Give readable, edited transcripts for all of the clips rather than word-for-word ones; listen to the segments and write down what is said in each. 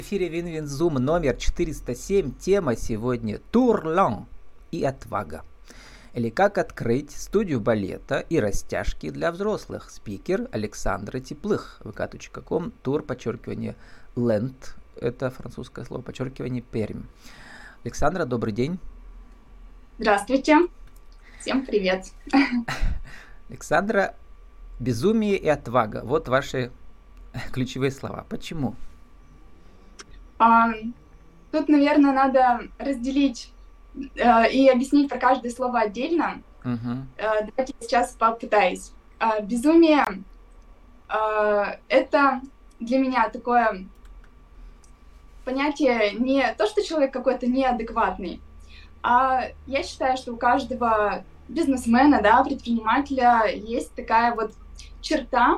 В эфире Винвинзум номер 407. Тема сегодня «Тур-лан» и «Отвага». Или «Как открыть студию балета и растяжки для взрослых». Спикер Александра Теплых. vk.com, тур, подчеркивание, «Лент». Это французское слово, подчеркивание, «Пермь». Александра, добрый день. Здравствуйте. Всем привет. Александра, безумие и отвага. Вот ваши ключевые слова. Почему? Тут, наверное, надо разделить и объяснить про каждое слово отдельно. Давайте я сейчас попытаюсь. Безумие — это для меня такое понятие не то, что человек какой-то неадекватный, а я считаю, что у каждого бизнесмена, да, предпринимателя есть такая вот черта.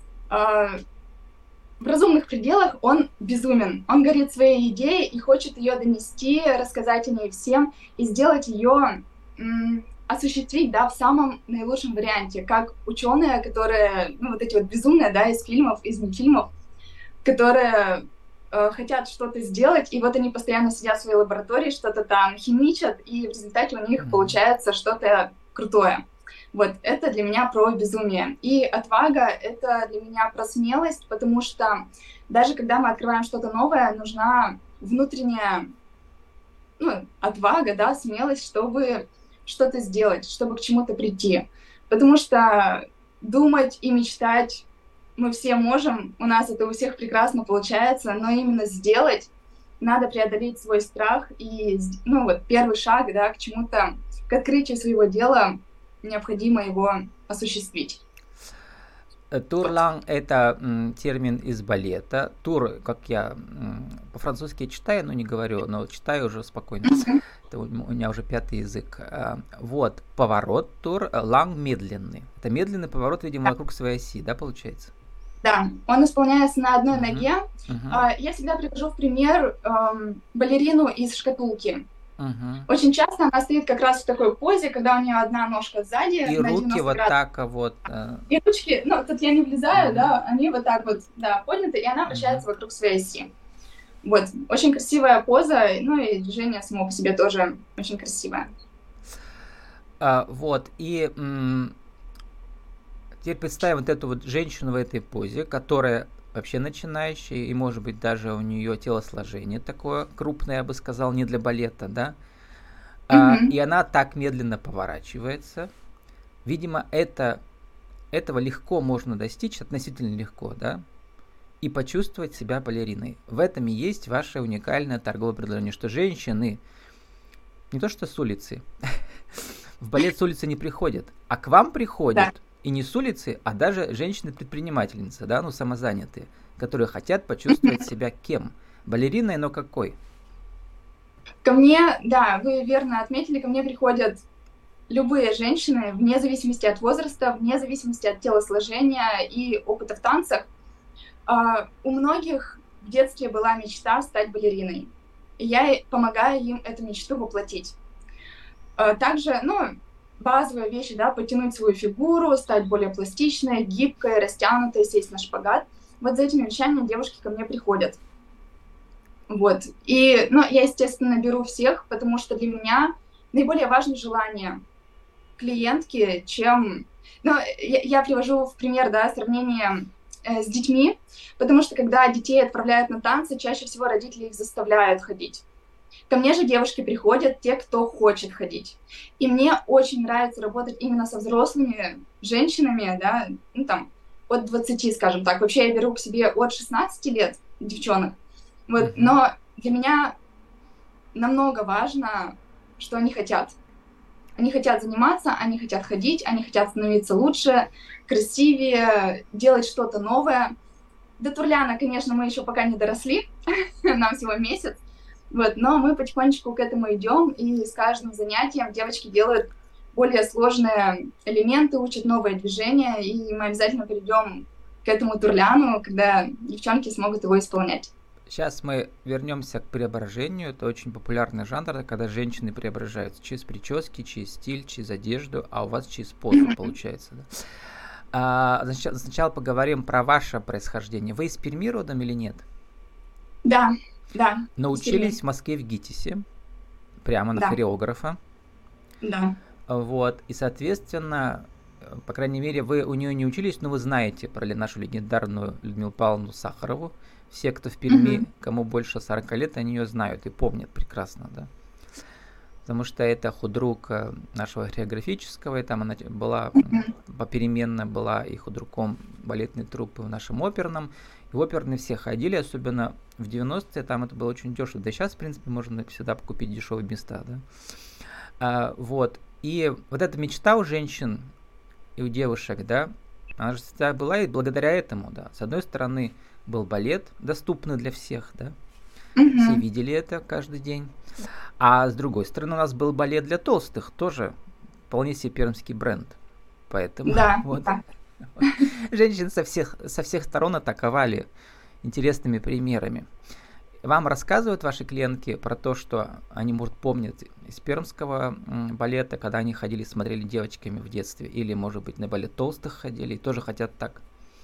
В разумных пределах он безумен. Он горит своей идеей и хочет ее донести, рассказать о ней всем и сделать ее, осуществить, да, в самом наилучшем варианте. Как ученые, которые, вот эти вот безумные, да, из фильмов, из мультфильмов, которые хотят что-то сделать, и вот они постоянно сидят в своей лаборатории, что-то там химичат, и в результате у них получается что-то крутое. Вот, это для меня про безумие. И отвага — это для меня про смелость, потому что даже когда мы открываем что-то новое, нужна внутренняя, отвага, да, смелость, чтобы что-то сделать, чтобы к чему-то прийти. Потому что думать и мечтать мы все можем, у нас это у всех прекрасно получается, но именно сделать надо преодолеть свой страх, и, первый шаг, да, к чему-то, к открытию своего дела, необходимо его осуществить. Тур-лан – это термин из балета. Тур, как я по-французски читаю, но не говорю, но читаю уже спокойно. Это у меня уже 5-й язык. Вот, поворот, тур, лан медленный. Это медленный поворот, видимо, вокруг своей оси, да, получается? Да, он исполняется на одной ноге. Я всегда привожу в пример балерину из «Шкатулки». Очень часто она стоит как раз в такой позе, когда у нее одна ножка сзади. И на руки вот так вот. И ручки, тут я не влезаю, да, они вот так вот, да, подняты, и она вращается вокруг своей оси. Вот, очень красивая поза, и движение само по себе тоже очень красивое. Вот, и теперь представим вот эту вот женщину в этой позе, которая вообще начинающая, и, может быть, даже у нее телосложение такое крупное, я бы сказал, не для балета, да? И она так медленно поворачивается. Видимо, этого легко можно достичь, относительно легко, да? И почувствовать себя балериной. В этом и есть ваше уникальное торговое предложение, что женщины не то что с улицы, в балет с улицы не приходят, а к вам приходят. Да. И не с улицы, а даже женщины-предпринимательницы, да, самозанятые, которые хотят почувствовать себя кем? Балериной, но какой? Ко мне, да, вы верно отметили, ко мне приходят любые женщины, вне зависимости от возраста, вне зависимости от телосложения и опыта в танцах. У многих в детстве была мечта стать балериной. И я помогаю им эту мечту воплотить. Также, базовые вещи, да, подтянуть свою фигуру, стать более пластичной, гибкой, растянутой, сесть на шпагат. Вот за этими вещами девушки ко мне приходят. Вот. И, я, естественно, беру всех, потому что для меня наиболее важно желание клиентки, чем... я привожу в пример, да, сравнение с детьми, потому что когда детей отправляют на танцы, чаще всего родители их заставляют ходить. Ко мне же девушки приходят, те, кто хочет ходить. И мне очень нравится работать именно со взрослыми женщинами, да, от 20, скажем так. Вообще я беру к себе от 16 лет девчонок. Вот, но для меня намного важно, что они хотят. Они хотят заниматься, они хотят ходить, они хотят становиться лучше, красивее, делать что-то новое. До Тур-ляна, конечно, мы еще пока не доросли, нам всего месяц. Вот, но мы потихонечку к этому идем, и с каждым занятием девочки делают более сложные элементы, учат новые движения, и мы обязательно перейдем к этому Тур-ляну, когда девчонки смогут его исполнять. Сейчас мы вернемся к преображению. Это очень популярный жанр, когда женщины преображаются через прически, через стиль, через одежду, а у вас через позу получается. Да? Сначала поговорим про ваше происхождение. Вы из Перми родом или нет? Да, Да. Научились в Москве в ГИТИСе, прямо на хореографа. Да. Вот, и, соответственно, по крайней мере, вы у нее не учились, но вы знаете про нашу легендарную Людмилу Павловну Сахарову. Все, кто в Перми, кому больше 40 лет, они ее знают и помнят прекрасно, да. Потому что это худрук нашего хореографического, и там она была, попеременно была и худруком балетной труппы в нашем оперном. И в оперные все ходили, особенно в 90-е, там это было очень дешево. Да и сейчас, в принципе, можно всегда купить дешевые места, да. Вот. И вот эта мечта у женщин и у девушек, да, она же всегда была и благодаря этому, да. С одной стороны, был балет, доступный для всех, да. Все видели это каждый день. А с другой стороны, у нас был балет для толстых, тоже вполне себе пермский бренд. Поэтому вот, женщин со всех сторон атаковали интересными примерами. Вам рассказывают ваши клиентки про то, что они, может, помнят из пермского балета, когда они ходили, смотрели девочками в детстве, или, может быть, на балет толстых ходили и тоже хотят так?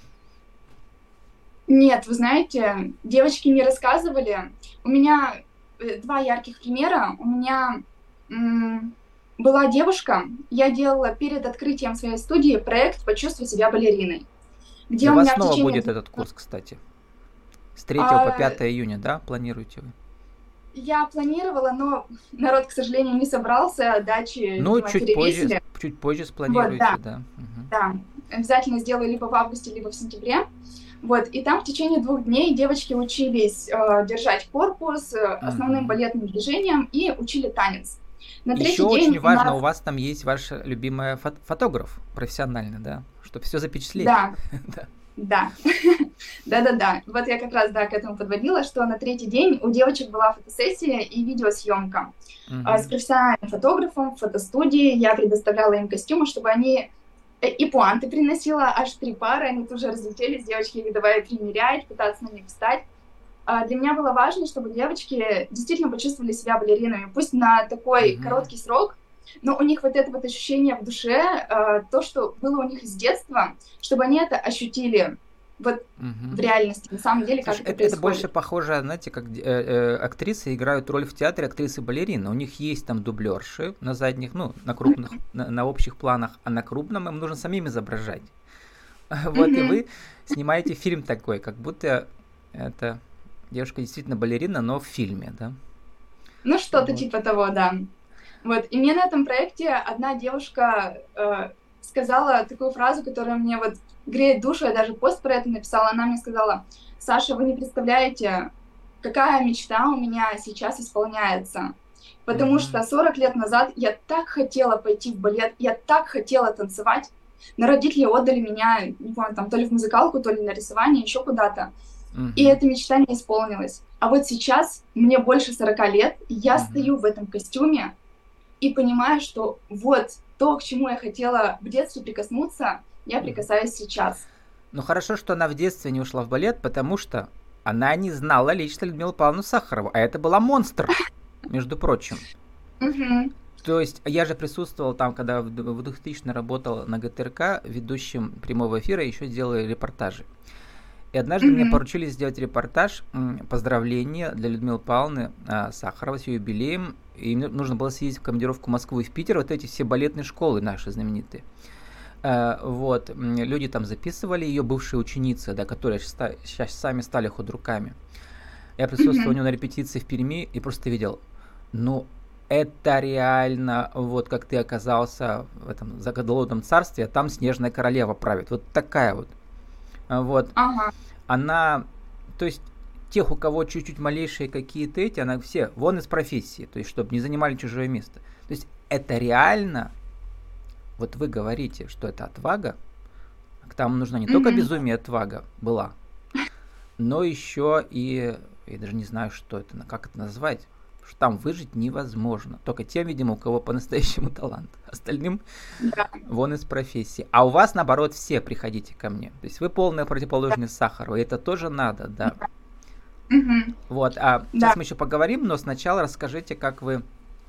Нет, вы знаете, девочки не рассказывали. У меня 2 ярких примера. У меня была девушка, я делала перед открытием своей студии проект «Почувствуй себя балериной». Где у вас снова будет этот курс, кстати? С 3 по 5 июня, да, планируете вы? Я планировала, но народ, к сожалению, не собрался, дачи, видимо, чуть позже спланируете, вот, да. Да, обязательно сделаю либо в августе, либо в сентябре. Вот, и там в течение 2 дней девочки учились держать корпус основным балетным движением и учили танец. На еще очень важно, у вас там есть ваш любимый фотограф профессиональный, да, чтобы все запечатлеть. Да. Да. Вот я как раз, к этому подводила, что на 3-й день у девочек была фотосессия и видеосъемка с профессиональным фотографом в фотостудии. Я предоставляла им костюмы, чтобы они и пуанты приносила, аж 3 пары, они тут же разлетелись, девочки давай примерять, пытаться на них встать. Для меня было важно, чтобы девочки действительно почувствовали себя балеринами, пусть на такой короткий срок, но у них вот это вот ощущение в душе, то, что было у них с детства, чтобы они это ощутили вот в реальности, на самом деле, как это происходит. Это больше похоже, знаете, как актрисы играют роль в театре, актрисы-балерины. У них есть там дублерши на задних, ну, на крупных, на общих планах, а на крупном им нужно самим изображать. Вот, и вы снимаете фильм такой, как будто это девушка действительно балерина, но в фильме, да? Ну, что-то типа того, да. Вот, и мне на этом проекте одна девушка сказала такую фразу, которая мне вот греет душу, я даже пост про это написала, она мне сказала: Саша, вы не представляете, какая мечта у меня сейчас исполняется, потому что 40 лет назад я так хотела пойти в балет, я так хотела танцевать, но родители отдали меня, не помню, там, то ли в музыкалку, то ли на рисование, еще куда-то, и эта мечта не исполнилась. А вот сейчас мне больше 40 лет, и я стою в этом костюме и понимаю, что вот то, к чему я хотела в детстве прикоснуться, я прикасаюсь сейчас. Ну хорошо, что она в детстве не ушла в балет, потому что она не знала лично Людмилу Павловну Сахарову, а это была монстр, между прочим. То есть я же присутствовал там, когда в 2000 работал на ГТРК ведущим прямого эфира, еще делали репортажи. И однажды мне поручили сделать репортаж, поздравления для Людмилы Павловны Сахаровой с ее юбилеем. И мне нужно было съездить в командировку в Москву и в Питер, вот эти все балетные школы наши знаменитые. Вот, люди там записывали, ее бывшие ученицы, да, которые сейчас сами стали худруками. Я присутствовал у нее на репетиции в Перми и просто видел, ну, это реально, вот как ты оказался в этом заколдованном царстве, а там снежная королева правит. Вот такая вот. Вот. Она, то есть, тех, у кого чуть-чуть малейшие какие-то эти, она все вон из профессии, то есть, чтобы не занимали чужое место. То есть, это реально, вот вы говорите, что это отвага, там нужна не только безумие, отвага была, но еще и, я даже не знаю, что это, как это назвать, что там выжить невозможно. Только тем, видимо, у кого по-настоящему талант. Остальным вон из профессии. А у вас, наоборот, все приходите ко мне. То есть вы полная противоположность Сахаровой. Это тоже надо, да. Вот, сейчас мы еще поговорим, но сначала расскажите, как вы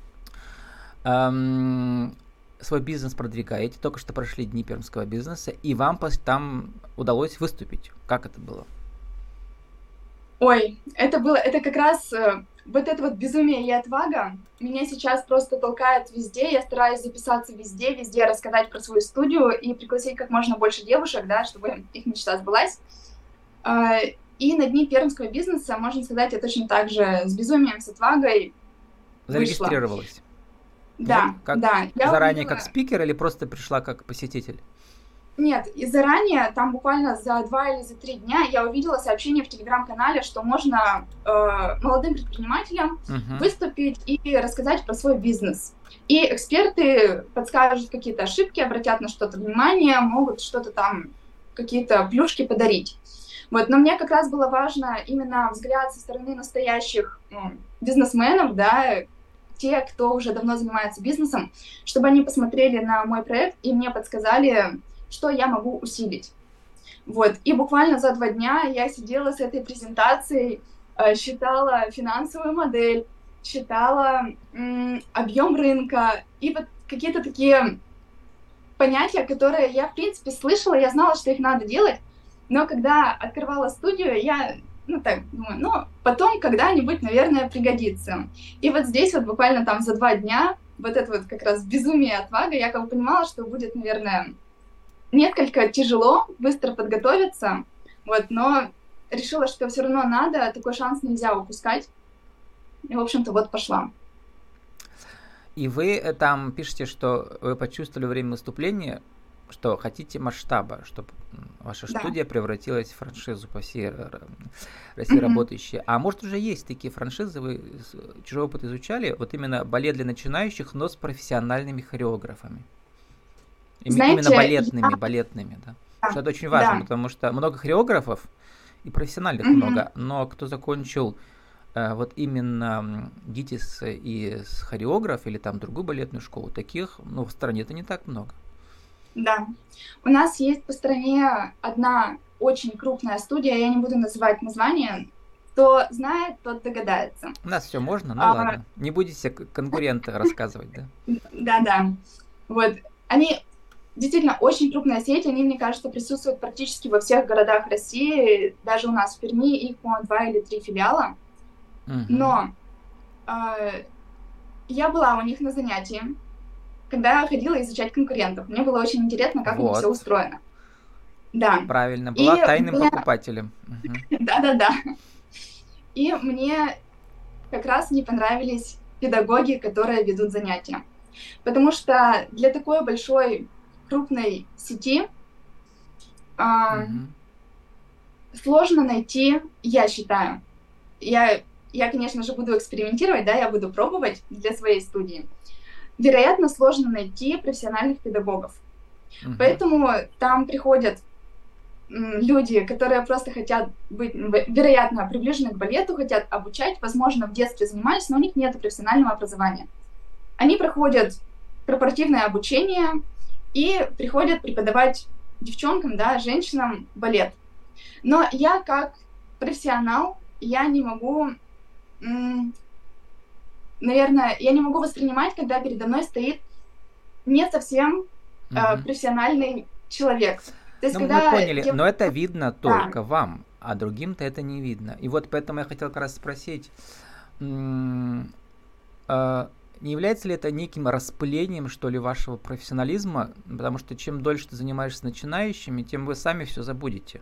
свой бизнес продвигаете. Только что прошли дни пермского бизнеса, и вам там удалось выступить. Как это было? Ой, это как раз вот это вот безумие и отвага меня сейчас просто толкает везде. Я стараюсь записаться везде, везде рассказать про свою студию и пригласить как можно больше девушек, да, чтобы их мечта сбылась. И на дни пермского бизнеса, можно сказать, я точно так же с безумием, с отвагой Зарегистрировалась? Да, Нет? Как, да. Я заранее увидела... как спикер или просто пришла как посетитель? Нет, и заранее, там буквально за 2 или за 3 дня я увидела сообщение в Телеграм-канале, что можно молодым предпринимателям выступить и рассказать про свой бизнес. И эксперты подскажут какие-то ошибки, обратят на что-то внимание, могут что-то там, какие-то плюшки подарить. Вот, но мне как раз было важно именно взгляд со стороны настоящих бизнесменов, да, те, кто уже давно занимается бизнесом, чтобы они посмотрели на мой проект и мне подсказали, что я могу усилить. Вот. И буквально за 2 дня я сидела с этой презентацией, считала финансовую модель, считала объем рынка и вот какие-то такие понятия, которые я, в принципе, слышала, я знала, что их надо делать, но когда открывала студию, я, думаю, потом когда-нибудь, наверное, пригодится. И вот здесь вот буквально там за 2 дня вот это вот как раз безумие, отвага, я как бы понимала, что будет, наверное, несколько тяжело быстро подготовиться, вот, но решила, что все равно надо, такой шанс нельзя упускать. И, в общем-то, вот пошла. И вы там пишете, что вы почувствовали во время выступления, что хотите масштаба, чтобы ваша студия превратилась в франшизу по всей России работающие. А может, уже есть такие франшизы, вы чужой опыт изучали, вот именно балет для начинающих, но с профессиональными хореографами? Знаете, именно балетными, да. Потому что это очень важно, потому что много хореографов и профессиональных много, но кто закончил вот именно ГИТИС и с хореограф или там другую балетную школу, таких, в стране-то не так много. Да. У нас есть по стране одна очень крупная студия, я не буду называть название. Кто знает, тот догадается. У нас все можно, ладно. Не будете конкуренты рассказывать, да? Да. Вот. Они действительно очень крупная сеть, они, мне кажется, присутствуют практически во всех городах России, даже у нас в Перми, их, по-моему, 2 или 3 филиала. Но я была у них на занятии, когда я ходила изучать конкурентов. Мне было очень интересно, как у них все устроено. Да. Правильно, была тайным покупателем. Да. И мне как раз не понравились педагоги, которые ведут занятия. Потому что для такой большой, крупной сети сложно найти, я считаю. Я, конечно же, буду экспериментировать, да, я буду пробовать для своей студии. Вероятно, сложно найти профессиональных педагогов. Поэтому там приходят люди, которые просто хотят быть, вероятно, приближены к балету, хотят обучать, возможно, в детстве занимались, но у них нет профессионального образования. Они проходят корпоративное обучение и приходят преподавать девчонкам, да, женщинам балет. Но я как профессионал, я не могу, наверное, я не могу воспринимать, когда передо мной стоит не совсем профессиональный человек. То есть, когда мы поняли, но это видно только вам, а другим-то это не видно. И вот поэтому я хотел как раз спросить, не является ли это неким распылением, что ли, вашего профессионализма? Потому что чем дольше ты занимаешься с начинающими, тем вы сами все забудете.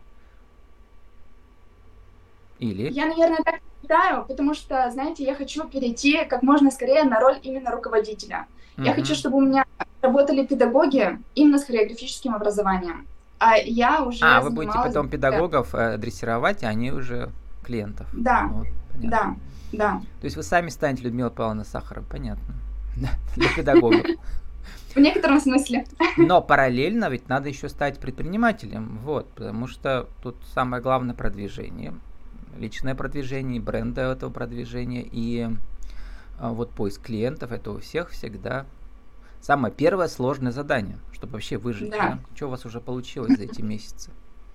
Или? Я, наверное, так считаю, потому что, знаете, я хочу перейти как можно скорее на роль именно руководителя. Я хочу, чтобы у меня работали педагоги именно с хореографическим образованием. А я уже вы будете потом педагогов дрессировать, а они уже клиентов. Да, вот, да. То есть вы сами станете Людмила Павловна Сахарова, понятно, для педагогов. В некотором смысле. Но параллельно ведь надо еще стать предпринимателем, вот, потому что тут самое главное продвижение, личное продвижение, бренда этого продвижения и вот поиск клиентов, это у всех всегда самое первое сложное задание, чтобы вообще выжить. Да. Что у вас уже получилось за эти месяцы?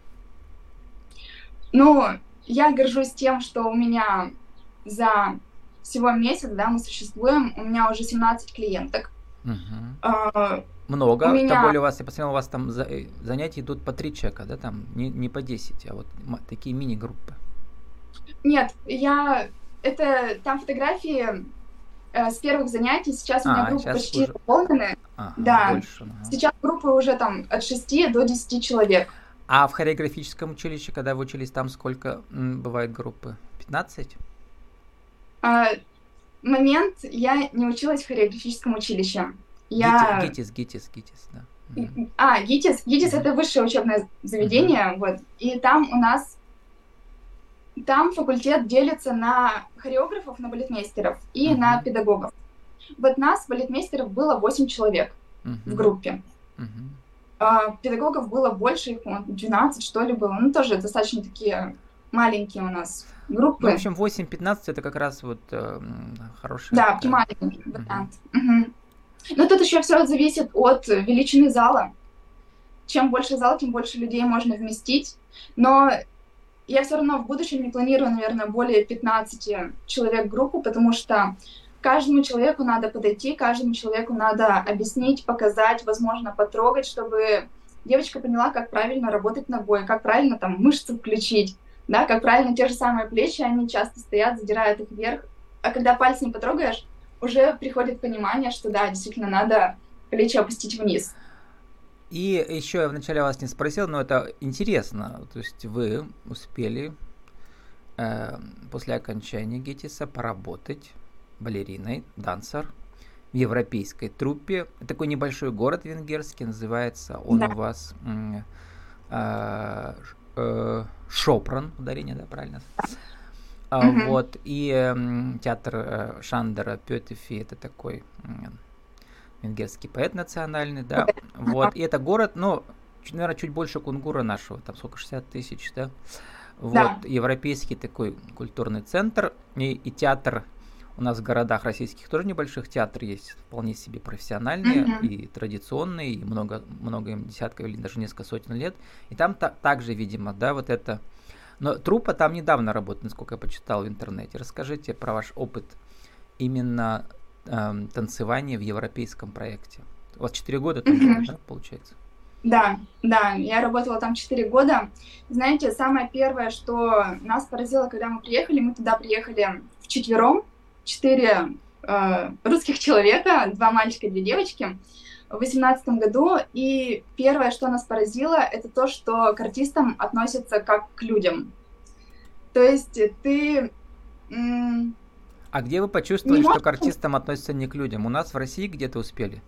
Я горжусь тем, что у меня за всего месяц, да, мы существуем, у меня уже 17 клиенток. Много, тем более у вас, я посмотрел, у вас там занятия идут по 3 человека, да, там не по 10, а вот такие мини-группы. Нет, там фотографии с первых занятий, сейчас у меня группы сейчас почти уже... заполнены. Ага, Да, больше. Ага. сейчас группы уже там от 6 до 10 человек. А в хореографическом училище, когда вы учились, там сколько бывает группы? 15? Момент я не училась в хореографическом училище. ГИТИС, да. ГИТИС это высшее учебное заведение, вот. И там у нас факультет делится на хореографов, на балетмейстеров и на педагогов. Вот нас, балетмейстеров, было 8 человек в группе. Педагогов было больше, их 12, что ли, было. Ну, тоже достаточно такие маленькие у нас группы. Ну, в общем, 8-15 это как раз вот хороший... Да, оптимальный вариант. Но тут еще все зависит от величины зала. Чем больше зал, тем больше людей можно вместить. Но я все равно в будущем не планирую, наверное, более 15 человек группу, потому что каждому человеку надо подойти, каждому человеку надо объяснить, показать, возможно, потрогать, чтобы девочка поняла, как правильно работать ногой, как правильно там мышцы включить, да, как правильно те же самые плечи, они часто стоят, задирают их вверх. А когда пальцем потрогаешь, уже приходит понимание, что да, действительно надо плечи опустить вниз. И еще я вначале вас не спросил, но это интересно. То есть вы успели после окончания ГИТИСа поработать балериной, дансер в европейской труппе. Такой небольшой город венгерский, называется он у вас Шопран, ударение, да, правильно? Вот, и театр Шандера Пётефи, это такой венгерский поэт национальный, да, вот, и это город, ну, наверное, чуть больше Кунгура нашего, там сколько, 60 тысяч, да, вот, европейский такой культурный центр, и театр у нас в городах российских тоже небольших театр есть, вполне себе профессиональные и традиционные, и много им десятков или даже несколько сотен лет, и там также, видимо, да, вот это. Но труппа там недавно работает, насколько я почитал в интернете. Расскажите про ваш опыт именно танцевания в европейском проекте. У вас 4 года там было, да, получается? Да, я работала там 4 года. Знаете, самое первое, что нас поразило, когда мы туда приехали вчетвером, 4 русских человека, 2 мальчика и 2 девочки, в 2018 году, и первое, что нас поразило, это то, что к артистам относятся как к людям. То есть ты... А где вы почувствовали, что к артистам относятся не к людям? У нас в России где-то успели?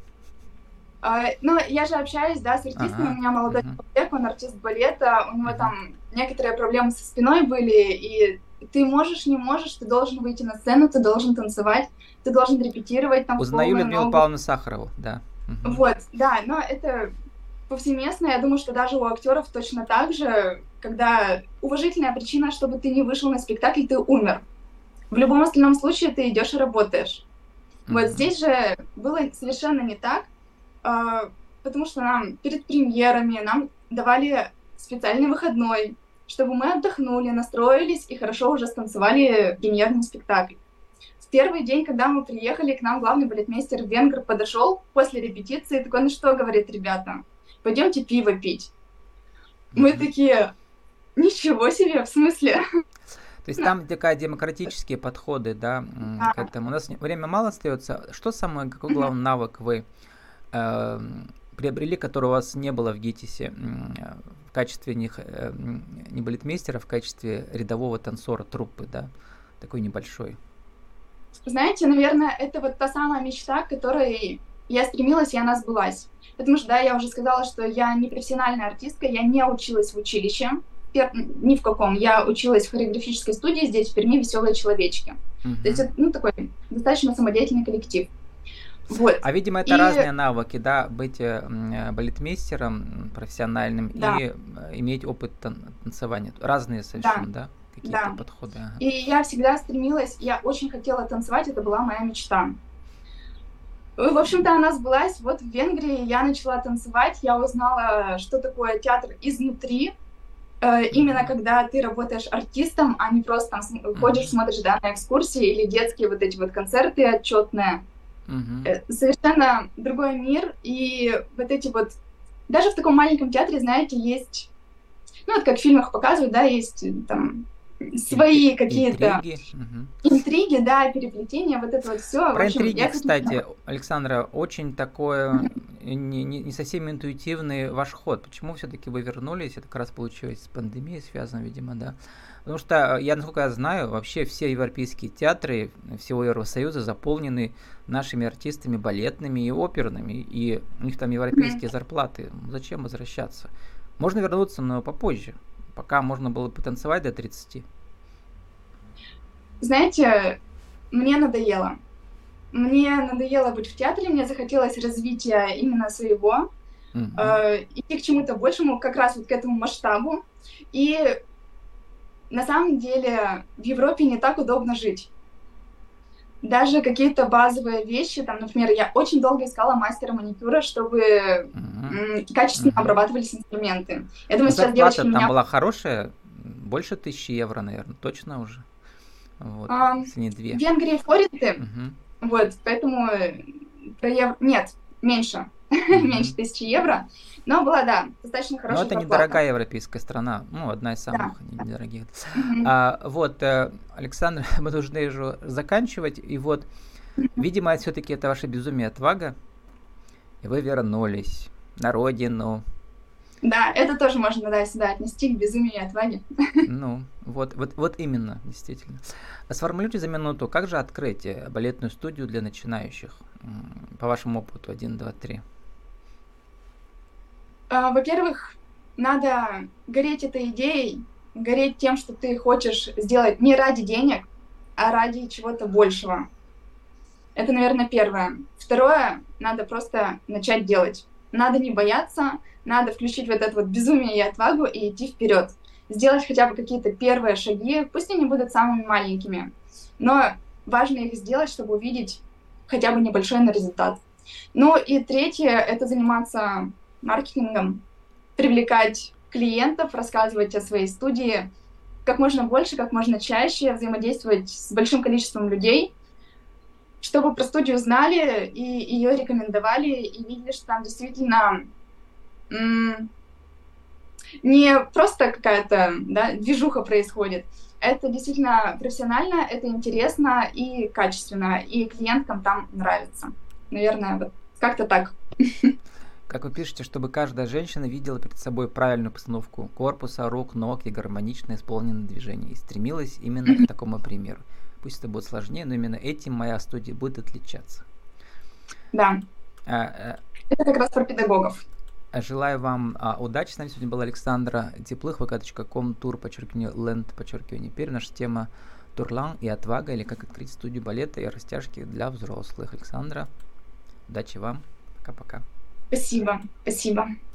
Ну, я же общаюсь, да, с артистами, у меня молодой человек, он артист балета, у него там некоторые проблемы со спиной были, и ты можешь, не можешь, ты должен выйти на сцену, ты должен танцевать, ты должен репетировать там. Узнаю Людмилу Павловну Сахарову, да. Вот, да, но это повсеместно, я думаю, что даже у актеров точно так же, когда уважительная причина, чтобы ты не вышел на спектакль, ты умер. В любом остальном случае ты идешь и работаешь. Вот здесь же было совершенно не так, потому что нам перед премьерами нам давали специальный выходной, чтобы мы отдохнули, настроились и хорошо уже станцевали премьерный спектакль. В первый день, когда мы приехали, к нам главный балетмейстер венгр подошел после репетиции, такой: ну что, говорит, ребята, пойдемте пиво пить. Мы такие: ничего себе, в смысле? То есть там такие демократические подходы, да, к этому. У нас время мало остается. Что самый, какой главный навык вы приобрели, который у вас не было в ГИТИСе в качестве не балетмейстера, в качестве рядового танцора труппы, да, такой небольшой? Знаете, наверное, это вот та самая мечта, к которой я стремилась, и она сбылась. Потому что, да, я уже сказала, что я не профессиональная артистка, я не училась в училище, ни в каком. Я училась в хореографической студии здесь, в Перми, «Веселые человечки». То есть это, ну, такой достаточно самодеятельный коллектив. Вот. А, видимо, это разные навыки, да, быть балетмейстером профессиональным и иметь опыт танцевания. Разные совершенно, да? Какие-то подходы. И я всегда стремилась, я очень хотела танцевать, это была моя мечта. В общем-то, она сбылась. Вот в Венгрии я начала танцевать, я узнала, что такое театр изнутри, именно когда ты работаешь артистом, а не просто там ходишь, смотришь, да, на экскурсии или детские вот эти вот концерты отчетные. Совершенно другой мир, и вот эти вот... Даже в таком маленьком театре, знаете, есть... Ну, вот как в фильмах показывают, да, есть там свои какие-то интриги. интриги, да, переплетения, вот это вот все. Про интриги, кстати, Александра, очень такое не совсем интуитивный ваш ход. Почему все-таки вы вернулись? Это как раз получилось с пандемией связано, видимо, да. Потому что, насколько я знаю, вообще все европейские театры всего Евросоюза заполнены нашими артистами балетными и оперными, и у них там европейские зарплаты. Зачем возвращаться? Можно вернуться, но попозже, пока можно было потанцевать до 30. Знаете, мне надоело. Мне надоело быть в театре, мне захотелось развития именно своего, идти к чему-то большему, как раз вот к этому масштабу. И на самом деле в Европе не так удобно жить. Даже какие-то базовые вещи, там, например, я очень долго искала мастера маникюра, чтобы качественно обрабатывались инструменты. Я думаю, сейчас девочки там была хорошая, больше 1000 евро, наверное, точно уже. Вот, если не 2. В Венгрии форинты, вот, поэтому нет, меньше, меньше 1000 евро. Но была, да, достаточно хорошая зарплата. Но это недорогая европейская страна, одна из самых недорогих. Вот, Александр, мы должны уже заканчивать, и вот, видимо, все-таки это ваше безумие, отвага, и вы вернулись на родину. Да, это тоже можно, да, сюда отнести к безумию и отваге. Вот именно, действительно. Сформулируйте за минуту, как же открыть балетную студию для начинающих, по вашему опыту, 1, 2, 3? Во-первых, надо гореть этой идеей, гореть тем, что ты хочешь сделать не ради денег, а ради чего-то большего. Это, наверное, первое. Второе, надо просто начать делать. Надо не бояться, надо включить вот это вот безумие и отвагу и идти вперед. Сделать хотя бы какие-то первые шаги, пусть они будут самыми маленькими, но важно их сделать, чтобы увидеть хотя бы небольшой результат. Ну и третье, это заниматься маркетингом, привлекать клиентов, рассказывать о своей студии как можно больше, как можно чаще, взаимодействовать с большим количеством людей, чтобы про студию знали и ее рекомендовали, и видели, что там действительно не просто какая-то движуха происходит. Это действительно профессионально, это интересно и качественно, и клиенткам там нравится. Наверное, вот как-то так. Как вы пишете, чтобы каждая женщина видела перед собой правильную постановку корпуса, рук, ног и гармонично исполненные движения, и стремилась именно к такому примеру. Пусть это будет сложнее, но именно этим моя студия будет отличаться. Да. Это как раз про педагогов. Желаю вам удачи. С нами сегодня была Александра Теплых, vk.com, тур_land_перь. Наша тема Турлан и отвага, или как открыть студию балета и растяжки для взрослых. Александра, удачи вам. Пока-пока. Спасибо.